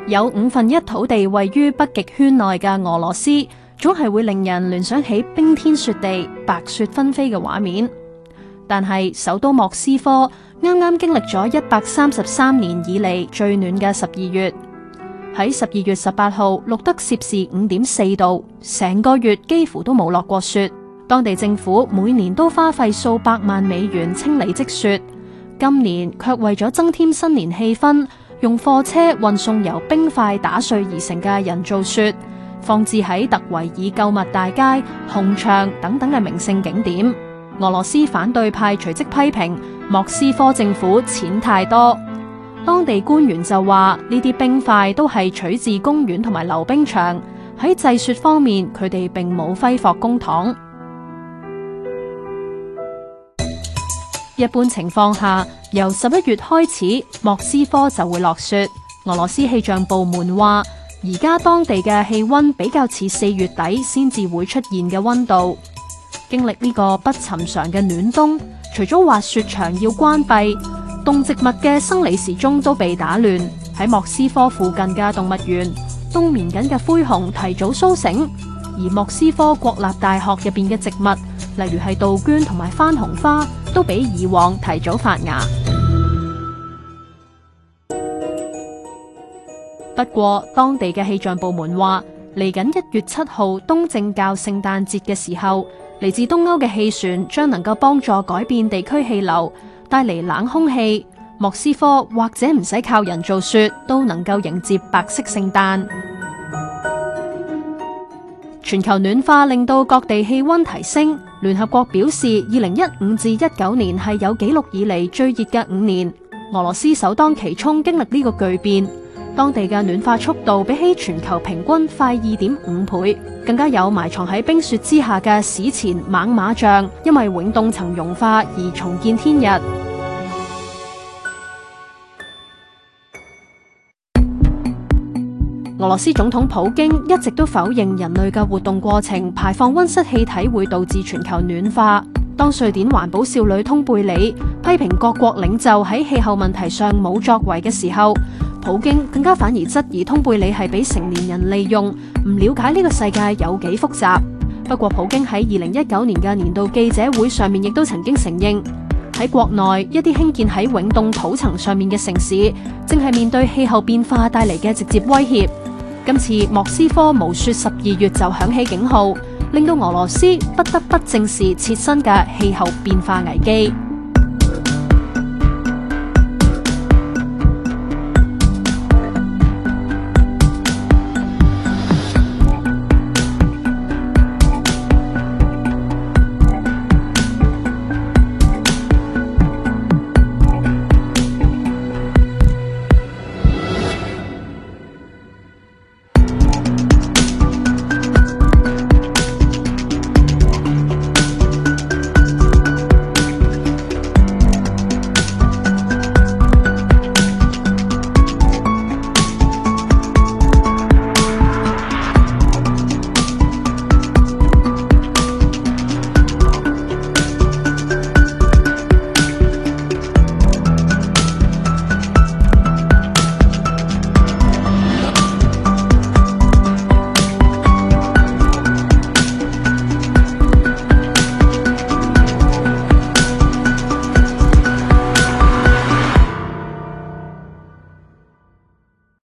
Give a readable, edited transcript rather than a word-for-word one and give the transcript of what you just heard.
有1/5土地位於北極圈內嘅俄羅斯，總係會令人聯想起冰天雪地、白雪紛飛嘅畫面。但係首都莫斯科啱啱經歷咗133年以嚟最暖嘅12月，喺12月18號錄得攝氏5.4度，成個月幾乎都冇落過雪。當地政府每年都花費數百萬美元清理積雪，今年卻為咗增添新年氣氛，用貨車運送由冰塊打碎而成嘅人造雪，放置喺特維爾購物大街、紅場等等嘅名勝景點。俄羅斯反對派隨即批評莫斯科政府錢太多，當地官員就話呢啲冰塊都係取自公園同埋溜冰場，喺製雪方面佢哋並冇揮霍公帑。一般情況下，由11月開始，莫斯科就會落雪。俄羅斯氣象部門話，而家當地嘅氣溫比較似4月底先至會出現嘅溫度。經歷呢個不尋常嘅暖冬，除咗滑雪場要關閉，動植物嘅生理時鐘都被打亂。喺莫斯科附近嘅動物園，冬眠緊嘅灰熊提早甦醒，而莫斯科國立大學入邊嘅植物，例如係杜鵑同埋番紅花，都比以往提早發芽。不過，當地嘅氣象部門話，嚟緊1月7號東正教聖誕節嘅時候，嚟自東歐嘅氣旋將能夠幫助改變地區氣流，帶嚟冷空氣。莫斯科或者唔使靠人造雪，都能夠迎接白色聖誕。全球暖化令到各地氣溫提升，聯合國表示2015至19年係有紀錄以嚟最熱嘅5年，俄羅斯首當其衝經歷呢個巨變，當地嘅暖化速度比起全球平均快2.5倍，更加有埋藏喺冰雪之下嘅史前猛獁象，因為永凍層融化而重見天日。俄羅斯總統普京一直都否認人類嘅活動過程排放溫室氣體會導致全球暖化。當瑞典環保少女通貝里批評各國領袖喺氣候問題上冇作為嘅時候，普京更加反而質疑通貝里係俾成年人利用，唔了解呢個世界有幾複雜。不過普京喺2019年嘅年度記者會上面亦都曾經承認，喺國內一啲興建喺永凍土層上面嘅城市，正係面對氣候變化帶嚟嘅直接威脅。今次莫斯科無雪12月就響起警號，令到俄羅斯不得不正視切身嘅氣候變化危機。